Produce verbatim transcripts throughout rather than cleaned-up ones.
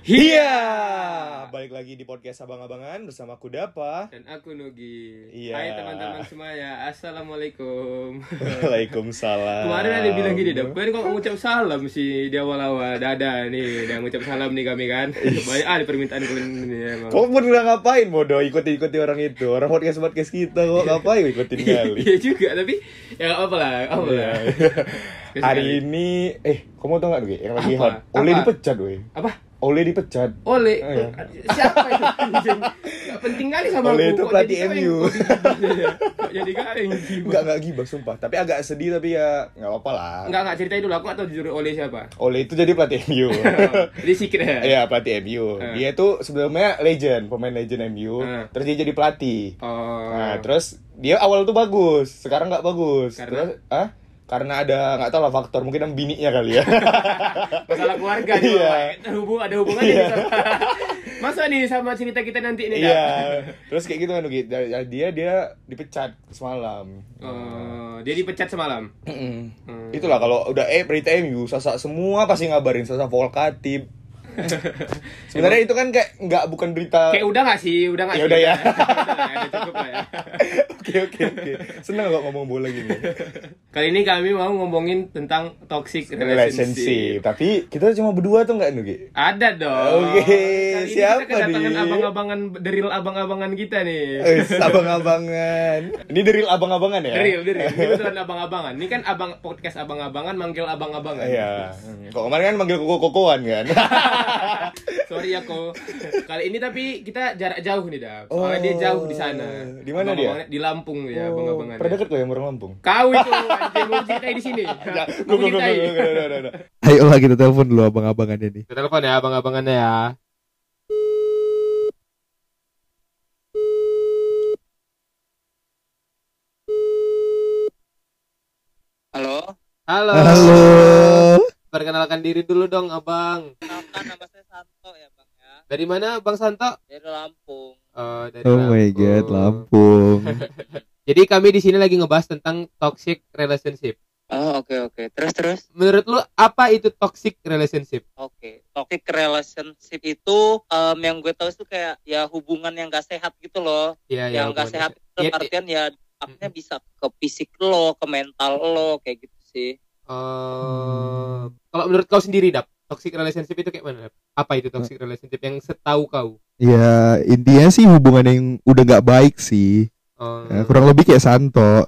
Iya, balik lagi di podcast Abang-Abangan bersama aku Dapa dan aku Nugi. Iya. Hai teman-teman semuanya, assalamualaikum. Waalaikumsalam. Kemarin ada bilang gini, Dap, kan kok ngucap salam sih di awal-awal. Dada nih, udah ngucap salam nih kami kan. Banyak ah permintaan kalian ini emang. Kok pun udah ngapain bodoh ikuti-ikuti orang itu. Orang podcast-podcast kita kok ngapain ikutin kali. Iya juga, tapi ya nggak apa lah, apa lah. Hari ini eh kamu tau gak Nugi yang lagi Apa? hot? Oleh Apa? dipecat weh. Apa? Oleh dipecat. Oleh, Oh, iya. siapa itu? Gak penting kali sama Oleh aku. itu Kok pelatih jadi kau M U. yang- Kok jadi kau yang gibah? Enggak enggak gibah sumpah, tapi agak sedih tapi ya enggak apa-apa lah. Enggak, enggak, ceritain dulu, aku nggak tahu jujur Oleh siapa. Oleh itu jadi pelatih M U. Jadi secret ya? Iya, pelatih M U. Hmm. Dia tuh sebelumnya legend, pemain legend M U. Hmm. Terus dia jadi pelatih. Oh. Nah, terus dia awal tuh bagus, sekarang nggak bagus. Karena? Terus, ah? Karena ada nggak tahu lah faktor, mungkin sama bininya kali ya. Masalah keluarga nih, Iya. Pak. Terhubung ada hubungannya Iya. nih sama. Masa nih sama cerita kita nanti nih, Iya. Kak? Terus kayak gitu kan Nugi. Dia dia dipecat semalam. Oh, dia dipecat semalam. Mm-mm. Hmm. Itulah kalau udah eh berita M U, Sasa semua pasti ngabarin, Sasa Volkatip. Sebenarnya itu kan kayak nggak bukan berita. Kayak udah nggak sih, udah nggak Ya sih? udah ya. Udah lah, udah cukup lah ya. Oke oke oke. Seneng kok ngomong bola gini. Kali ini kami mau ngomongin tentang toxic Relationship. relationship. Tapi kita cuma berdua tuh nggak Nugi? Ada dong. Oke, Kali ini siapa kita kedatangan nih? abang-abangan dari abang-abangan kita nih. Eh, abang-abangan. Ini dari abang-abangan ya? Deril, deril. Ini beneran abang-abangan. Ini kan abang podcast abang-abangan manggil abang-abangan. Iya. Kok kemarin kan manggil koko-kokoan kan? Sorry ya kok. Kali ini tapi kita jarak jauh nih, Dap. Soalnya dia jauh di sana. Di mana dia? Abang-abangannya Di Lampung ya, Oh, abang-abangannya. pernah deket kok yang orang Lampung? Kau itu anjing mau ceritain di sini. Mau Gue gue gue ceritain. Ayo lah kita telepon dulu abang-abangannya nih. Kita telepon ya abang-abangannya ya. Halo, Halo. Halo. Perkenalkan diri dulu dong, Abang. kenalkan nama saya Santo ya bang ya, Dari mana, Bang Santo? dari Lampung. Oh, dari Oh my Lampung. god, Lampung. Jadi kami di sini lagi ngebahas tentang toxic relationship. Oh oke oke, terus terus. Menurut lu apa itu toxic relationship? Oke, toxic relationship itu em, yang gue tahu itu kayak ya hubungan yang gak sehat gitu loh. Iya, yang gak sehat itu Iya, artian ya dampaknya bisa ke fisik lo, ke mental lo kayak gitu sih. Oh, kalau menurut kau sendiri, Dap, toxic relationship itu kayak mana, Dap? Apa itu toxic relationship yang setahu kau? Ya intinya sih hubungan yang udah nggak baik sih. Oh. Ya, kurang lebih kayak Santo.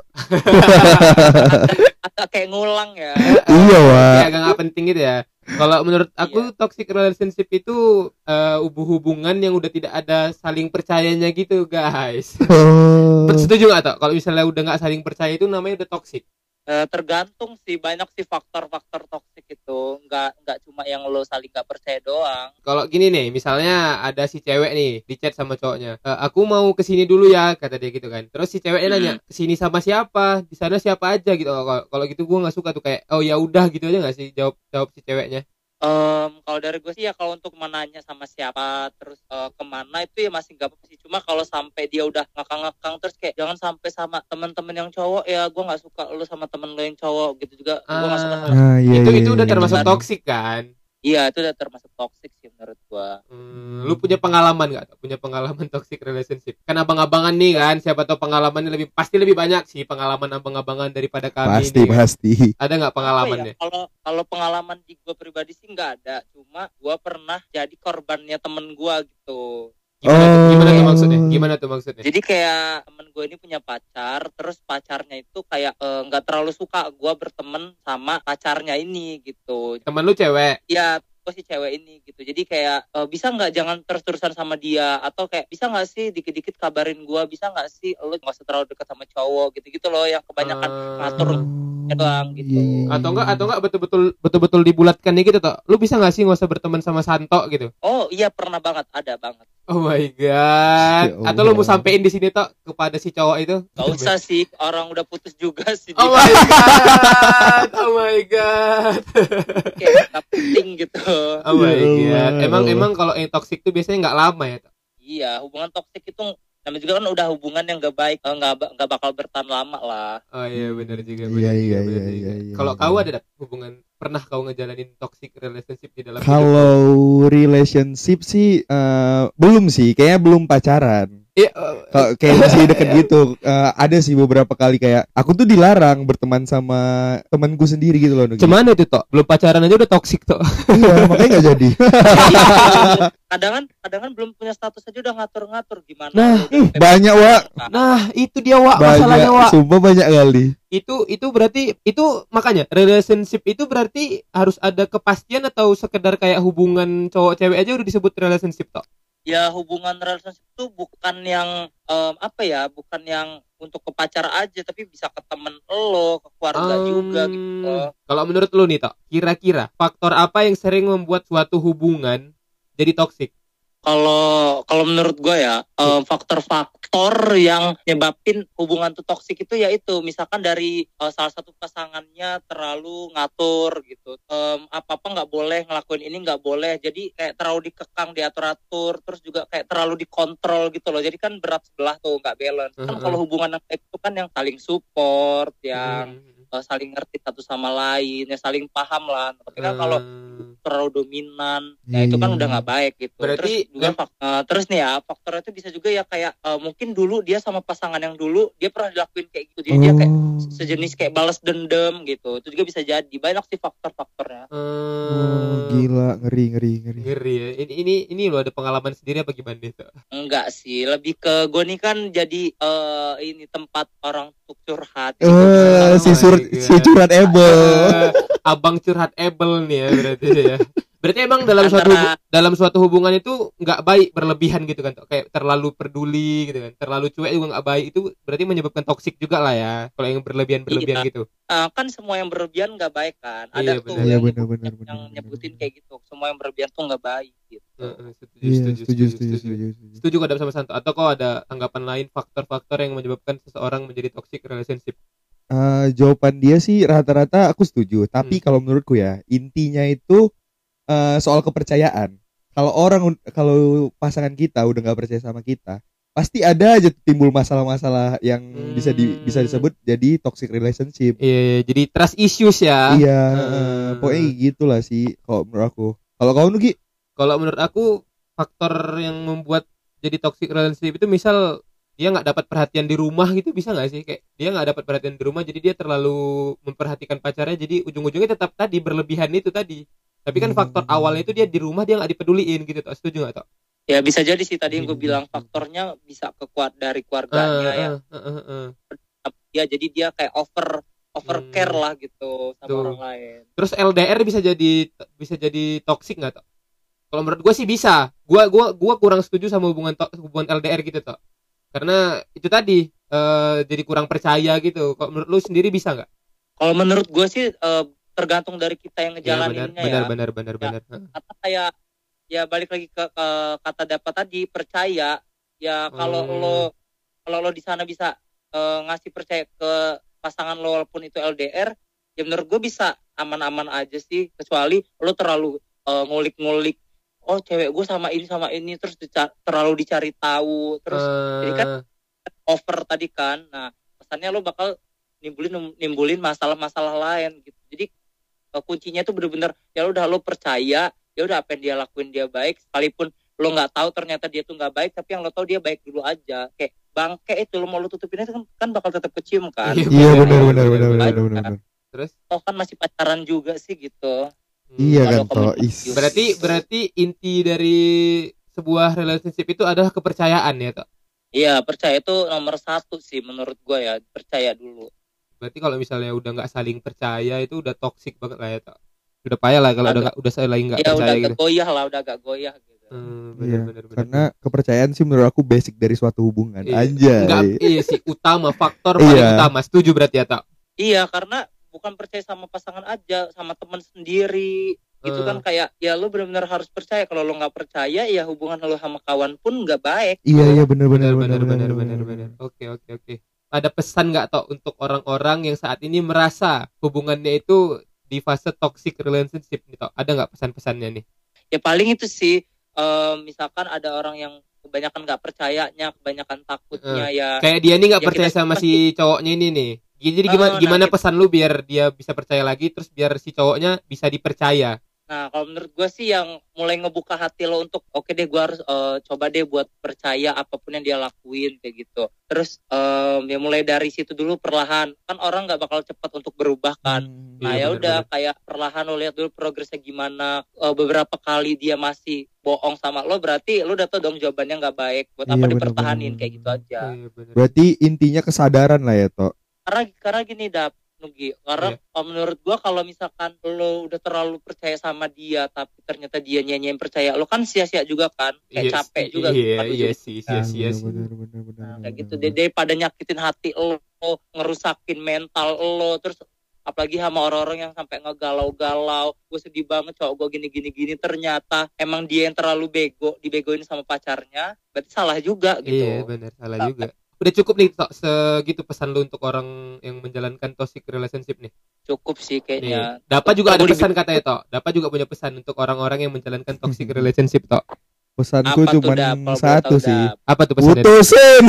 Agak kayak ngulang ya. Iya wah. Ya, agak nggak penting gitu ya. Kalau menurut aku toxic relationship itu eh, hubungan yang udah tidak ada saling percayanya gitu, guys. Oh. Setuju nggak, Tok? Kalau misalnya udah nggak saling percaya itu namanya udah toxic. Eh, tergantung sih, banyak sih faktor-faktor toksik itu. Nggak nggak cuma yang lo saling nggak percaya doang. Kalau gini nih, misalnya ada si cewek nih di chat sama cowoknya, "E, aku mau kesini dulu ya," kata dia gitu kan. Terus si ceweknya nanya, "Kesini sama siapa? Di sana siapa aja?" gitu. Kalau kalau gitu gue nggak suka tuh, kayak, "Oh ya udah," gitu aja nggak sih jawab jawab si ceweknya. Em, kalau dari gue sih ya kalau untuk menanya sama siapa terus eh, kemana itu ya masih gak apa-apa sih. Cuma kalau sampai dia udah ngakang-ngakang terus kayak jangan sampai sama teman-teman yang cowok ya, gue nggak suka lu sama temen lu yang cowok gitu juga. Gue nggak suka sama. Ah, iya, itu iya, itu udah iya. termasuk Kan. toxic kan? Iya itu udah termasuk toxic sih menurut gue. Hmm, lu punya pengalaman nggak? Punya pengalaman toxic relationship? Kan abang-abangan nih kan, siapa tahu pengalamannya lebih pasti lebih banyak sih pengalaman abang-abangan daripada kami. Pasti nih, kan? pasti. Ada nggak pengalamannya? Apa ya, Kalau kalau pengalaman di gue pribadi sih nggak ada. Cuma gue pernah jadi korbannya temen gue gitu. Gimana, tuh, Oh. gimana tuh maksudnya? Gimana tuh maksudnya? Jadi kayak temen gue ini punya pacar, terus pacarnya itu kayak eh, nggak terlalu suka gue berteman sama pacarnya ini gitu. Temen lu cewek? Ya gue si cewek ini gitu. Jadi kayak eh, bisa nggak jangan terus-terusan sama dia, atau kayak bisa nggak sih dikit-dikit kabarin gue, bisa nggak sih lu nggak usah terlalu dekat sama cowok gitu-gitu loh, yang kebanyakan Eh, ngatur doang gitu. Iya, iya, atau enggak iya. atau enggak betul-betul betul-betul dibulatkan nih gitu, toh. Lu bisa nggak sih nggak usah berteman sama Santo gitu? Oh iya pernah banget, ada banget. Oh my god. Ya Atau lu mau Allah. sampein di sini, toh, kepada si cowok itu? Gak usah sih, orang udah putus juga sih. Oh my god. Oh my god. Kayak gak penting gitu. Oh my Ya god. Allah. Emang emang kalau yang toxic tuh biasanya nggak lama ya, toh? Iya, hubungan toksik itu namanya juga kan udah hubungan yang gak baik, eh, nggak ba- nggak bakal bertahan lama lah. Oh iya benar juga. Iya, benar iya, juga, iya, benar iya, juga. iya, Kalau iya. kau ada Dap, hubungan pernah kau ngejalanin toxic relationship di dalam hidup? Kalau relationship sih eh, belum sih, kayaknya belum pacaran. Iya, eh, Kalau kayak masih deket gitu. Eh, ada sih beberapa kali kayak aku tuh dilarang berteman sama temanku sendiri gitu loh. Nugi. Cuman itu toh, belum pacaran aja udah toxic toh. Iya, makanya nggak jadi. kadang kan kadang kan belum punya status aja udah ngatur-ngatur gimana. Nah, lu udah banyak, Wak. Nah, itu dia Wak masalahnya Banyak, Wak. sumpah banyak kali. Itu itu berarti itu makanya relationship itu berarti harus ada kepastian atau sekedar kayak hubungan cowok cewek aja udah disebut relationship toh. ya hubungan relationship itu bukan yang em, apa ya, bukan yang untuk ke pacar aja, tapi bisa ke temen lo, ke keluarga Um, juga gitu. Kalau menurut lu nih toh, kira-kira faktor apa yang sering membuat suatu hubungan jadi toxic? Kalau kalau menurut gue ya, em, faktor-faktor yang nyebabin hubungan tuh toksik itu ya itu, misalkan dari eh, salah satu pasangannya terlalu ngatur gitu, Em, apa-apa nggak boleh ngelakuin ini, nggak boleh, jadi kayak terlalu dikekang, diatur-atur, terus juga kayak terlalu dikontrol gitu loh, jadi kan berat sebelah tuh, nggak balance. Kan Mhm. kalau hubungan yang kayak itu kan yang saling support, yang Hmm. eh, saling ngerti satu sama lain, ya saling paham lah. Tapi kan kalau Hmm. terlalu dominan, ya itu kan Hmm. udah nggak baik gitu. Berarti terus juga mem- fak- eh, terus nih ya, faktornya itu bisa juga ya kayak eh, mungkin dulu dia sama pasangan yang dulu dia pernah dilakuin kayak gitu, jadi dia kayak Oh. sejenis kayak balas dendam gitu. Itu juga bisa jadi, banyak sih faktor-faktornya. Oh, Hmm. gila, ngeri, ngeri, ngeri. Ngeri ya. Ini ini ini lo ada pengalaman sendiri apa gimana itu? Enggak sih, lebih ke gue nih kan jadi eh, ini tempat orang untuk curhat. Jadi Eh, gua bisa- si my sur God. si curhat able. Eh, abang curhat able nih ya berarti ya. Berarti emang dalam suatu Antara- hubu- dalam suatu hubungan itu nggak baik berlebihan gitu kan, Tok? Kayak terlalu peduli gitu kan, terlalu cuek juga nggak baik, itu berarti menyebabkan toksik juga lah ya kalau yang berlebihan berlebihan Iya. gitu. eh, kan semua yang berlebihan nggak baik kan. Iya, Ada tuh benar. Iya, yang, benar, nyebut- benar, yang benar, nyebutin benar. kayak gitu. Semua yang berlebihan tuh nggak baik gitu. Heeh, setuju, Iya, setuju, setuju, setuju, setuju. setuju, setuju. Setuju kok ada sama Santo. Atau kok ada tanggapan lain faktor-faktor yang menyebabkan seseorang menjadi toxic relationship? Eh, jawaban dia sih rata-rata aku setuju. Tapi Hmm. kalau menurutku ya, intinya itu eh, soal kepercayaan. Kalau orang ud- kalau pasangan kita udah nggak percaya sama kita, pasti ada aja timbul masalah-masalah yang bisa di, bisa Hmm. disebut jadi toxic relationship. Iya, jadi trust issues ya. Iya, Hmm. eh, pokoknya gitulah sih kalau menurut aku. Kalau kau Nugi? Kalau menurut aku faktor yang membuat jadi toxic relationship itu misal dia nggak dapat perhatian di rumah gitu, bisa nggak sih, kayak dia nggak dapat perhatian di rumah jadi dia terlalu memperhatikan pacarnya, jadi ujung-ujungnya tetap tadi berlebihan itu tadi. Tapi kan Hmm. faktor awalnya itu dia di rumah dia nggak dipeduliin gitu, Tok. Setuju nggak, Tok? Ya bisa jadi sih, tadi yang gue Hmm. bilang faktornya bisa ke kuat dari Ah, keluarganya ya. ah, ah, ah, ah. Ya jadi dia kayak over over Hmm. care lah gitu sama Tuh. orang lain. Terus L D R bisa jadi bisa jadi toxic nggak, Tok? Kalau menurut gue sih bisa. Gua gua gua kurang setuju sama hubungan to- hubungan L D R gitu, Tok. Karena itu tadi eh, jadi kurang percaya gitu. Kalau menurut lu sendiri bisa nggak? Kalau menurut gue sih eh, tergantung dari kita yang Ya, benar, ngejalaninnya benar, ya. benar, benar, Ya. benar. Karena kayak ya balik lagi ke, ke kata dapat tadi, percaya. Ya kalau Hmm. lo kalau lo di sana bisa eh, ngasih percaya ke pasangan lo walaupun itu L D R, ya menurut gue bisa aman-aman aja sih, kecuali lo terlalu eh, ngulik-ngulik, oh cewek gue sama ini sama ini, terus dica- terlalu dicari tahu, terus jadi kan Eh, over tadi kan. Nah, pesannya lo bakal nimbulin nimbulin masalah-masalah lain gitu. Jadi eh, kuncinya itu bener-bener ya lo udah lo percaya, ya udah apa yang dia lakuin dia baik, sekalipun lo nggak tahu ternyata dia tuh nggak baik, tapi yang lo tahu dia baik dulu aja. Kayak bangke itu lo mau lo tutupin itu kan, kan bakal tetap kecium kan. Iya, Iya, benar, benar, benar, benar, benar, benar. benar, benar, benar. terus Toh kan masih pacaran juga sih gitu. hmm, Iya kan, Kalau toh. komunikasi. Is. berarti berarti inti dari sebuah relationship itu adalah kepercayaan ya, Tok. Iya, percaya itu nomor satu sih menurut gue ya, percaya dulu. Berarti kalau misalnya udah nggak saling percaya itu udah toxic banget lah ya, Tok. Udah payah lah kalau udah Agak- nggak udah saling nggak Ya udah percaya agak gitu. goyah lah, udah agak goyah gitu. Hmm, Iya, benar, benar, benar, karena kepercayaan sih menurut aku basic dari suatu hubungan. Iya. Anjay. Enggak, iya sih, utama, faktor paling Iya. utama. Setuju berarti ya, Tok? Iya, karena bukan percaya sama pasangan aja, sama teman sendiri. Itu Hmm. kan kayak ya lu benar-benar harus percaya. Kalau lu nggak percaya, ya hubungan lu sama kawan pun nggak baik. Iya, iya, benar, benar, Benar, benar, benar, benar, benar, benar. Oke, oke, oke. Ada pesan nggak, Tok, untuk orang-orang yang saat ini merasa hubungannya itu di fase toxic relationship nih, Tok? Ada nggak pesan-pesannya nih? Ya paling itu sih, eh, misalkan ada orang yang kebanyakan nggak percayanya, kebanyakan takutnya ya. Kayak dia nih nggak Ya, percaya kita sama pasti- si cowoknya ini nih. Jadi gimana, Oh, nah, gimana gitu. pesan lu biar dia bisa percaya lagi, terus biar si cowoknya bisa dipercaya? Nah, kalau menurut gue sih yang mulai ngebuka hati lo untuk oke deh gue harus eh, coba deh buat percaya apapun yang dia lakuin kayak gitu. Terus em, ya mulai dari situ dulu perlahan. Kan orang nggak bakal cepat untuk berubah kan. Hmm. Nah Iya, ya benar, udah benar. kayak perlahan lo lihat dulu progresnya gimana. Eh, beberapa kali dia masih bohong sama lo, berarti lo udah tau dong jawabannya nggak baik. Buat Iya, apa benar, dipertahanin benar, kayak gitu benar. aja. Iya, benar. Berarti intinya kesadaran lah ya, Tok. Karena karena gini Dap, Nugi. Karena Iya. kalau menurut gua kalau misalkan lo udah terlalu percaya sama dia tapi ternyata dia nyanyiin percaya lo, kan sia-sia juga kan. Kayak Iya capek sih, juga Iya, kan iya ujung- sih, sia-sia sih. Benar, benar, benar, Nah, benar, kayak gitu benar. deh daripada nyakitin hati lo, ngerusakin mental lo, terus apalagi sama orang-orang yang sampai ngegalau-galau. Gue sedih banget cowok gue gini-gini gini, ternyata emang dia yang terlalu bego, dibegoin sama pacarnya, berarti salah juga gitu. Iya, benar, salah juga. Udah cukup nih Tok, segitu pesan lu untuk orang yang menjalankan toxic relationship nih. Cukup sih kayaknya. Nih, Dapat juga ada Kalau pesan dibi- katanya Tok. Dapat juga punya pesan untuk orang-orang yang menjalankan toxic relationship Tok. Pesanku Apa tuh, cuma Dap? Kalau boleh satu tahu, sih. Dap? Apa tuh pesannya? Putusin.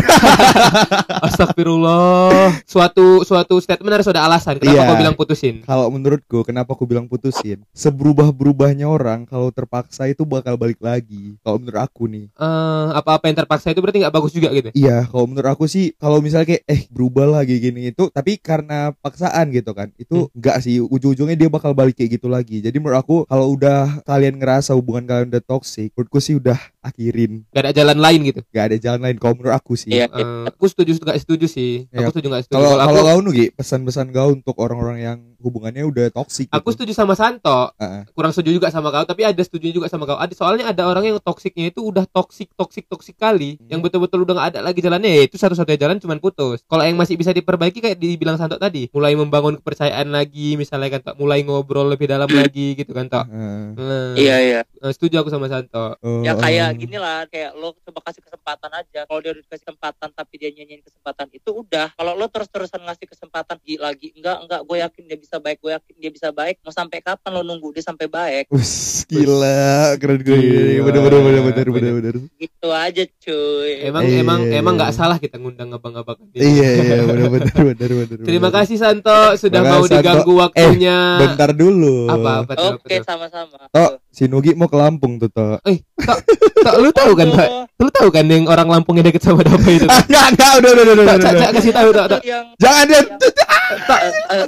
Astagfirullah. Suatu suatu statement harus ada alasan kenapa Iya. kau bilang putusin. Kalau menurutku kenapa aku bilang putusin? Seberubah-berubahnya orang kalau terpaksa itu bakal balik lagi. Kalau menurut aku nih. Eh, apa-apa yang terpaksa itu berarti nggak bagus juga gitu. Iya, kalau menurut aku sih kalau misalnya kayak eh berubah lagi gini itu, tapi karena paksaan gitu kan. Itu enggak sih, ujung-ujungnya dia bakal balik kayak gitu lagi. Jadi menurut aku kalau udah kalian ngerasa hubungan kalian udah toxic, menurutku sih udah akhirin. Gak ada jalan lain gitu. Gak ada jalan lain kalau menurut aku sih. Iya. Eh, aku setuju nggak setuju sih. Iya. Aku setuju nggak setuju. Kalau Kalau aku kalau kau Nugi, pesan-pesan kau untuk orang-orang yang hubungannya udah toxic aku gitu. setuju sama Santo. Heeh. Kurang setuju juga sama kau, tapi ada setuju juga sama kau. Ada soalnya ada orang yang toksiknya itu udah toksik toksik toksik kali, Hmm. yang betul-betul udah nggak ada lagi jalannya. Ya itu satu-satunya jalan cuman putus. Kalau yang masih bisa diperbaiki kayak dibilang Santo tadi, mulai membangun kepercayaan lagi, misalnya kan Tok, mulai ngobrol lebih dalam lagi gitu kan Tok. Heeh. Eh, Iya iya. eh, setuju aku sama Santo. Oh, Ya kayak oh. gini lah, kayak lo coba kasih kesempatan aja. Kalau dia udah dikasih kesempatan tapi dia nyanyiin kesempatan itu udah. Kalau lo terus-terusan ngasih kesempatan lagi lagi enggak enggak, gue yakin dia bisa baik, gue yakin dia bisa baik. Mau sampai kapan lo nunggu dia sampai baik? Us, gila, keren gue. Gila. Bener bener bener bener bener bener. Gitu aja cuy. Emang Iya, emang iya, emang iya. nggak salah kita ngundang abang-abang. Iya iya bener bener bener bener. Terima bener. kasih Santo sudah Terima mau kasih, Santo. diganggu waktunya. Bentar dulu. Apa apa tuh? apa Oke, tuh? sama-sama. Tok, si Nugi mau ke Lampung tuh, Tok. Tok, lu tahu kan, Tok? Oh, Lu tahu kan yang orang Lampung yang deket sama Dapa itu? Tok? Enggak, enggak, udah udah udah Tok, udah. Cak, udah. Cak, kasih tahu Tok, Tok. yang Jangan dia. yang- eh, eh,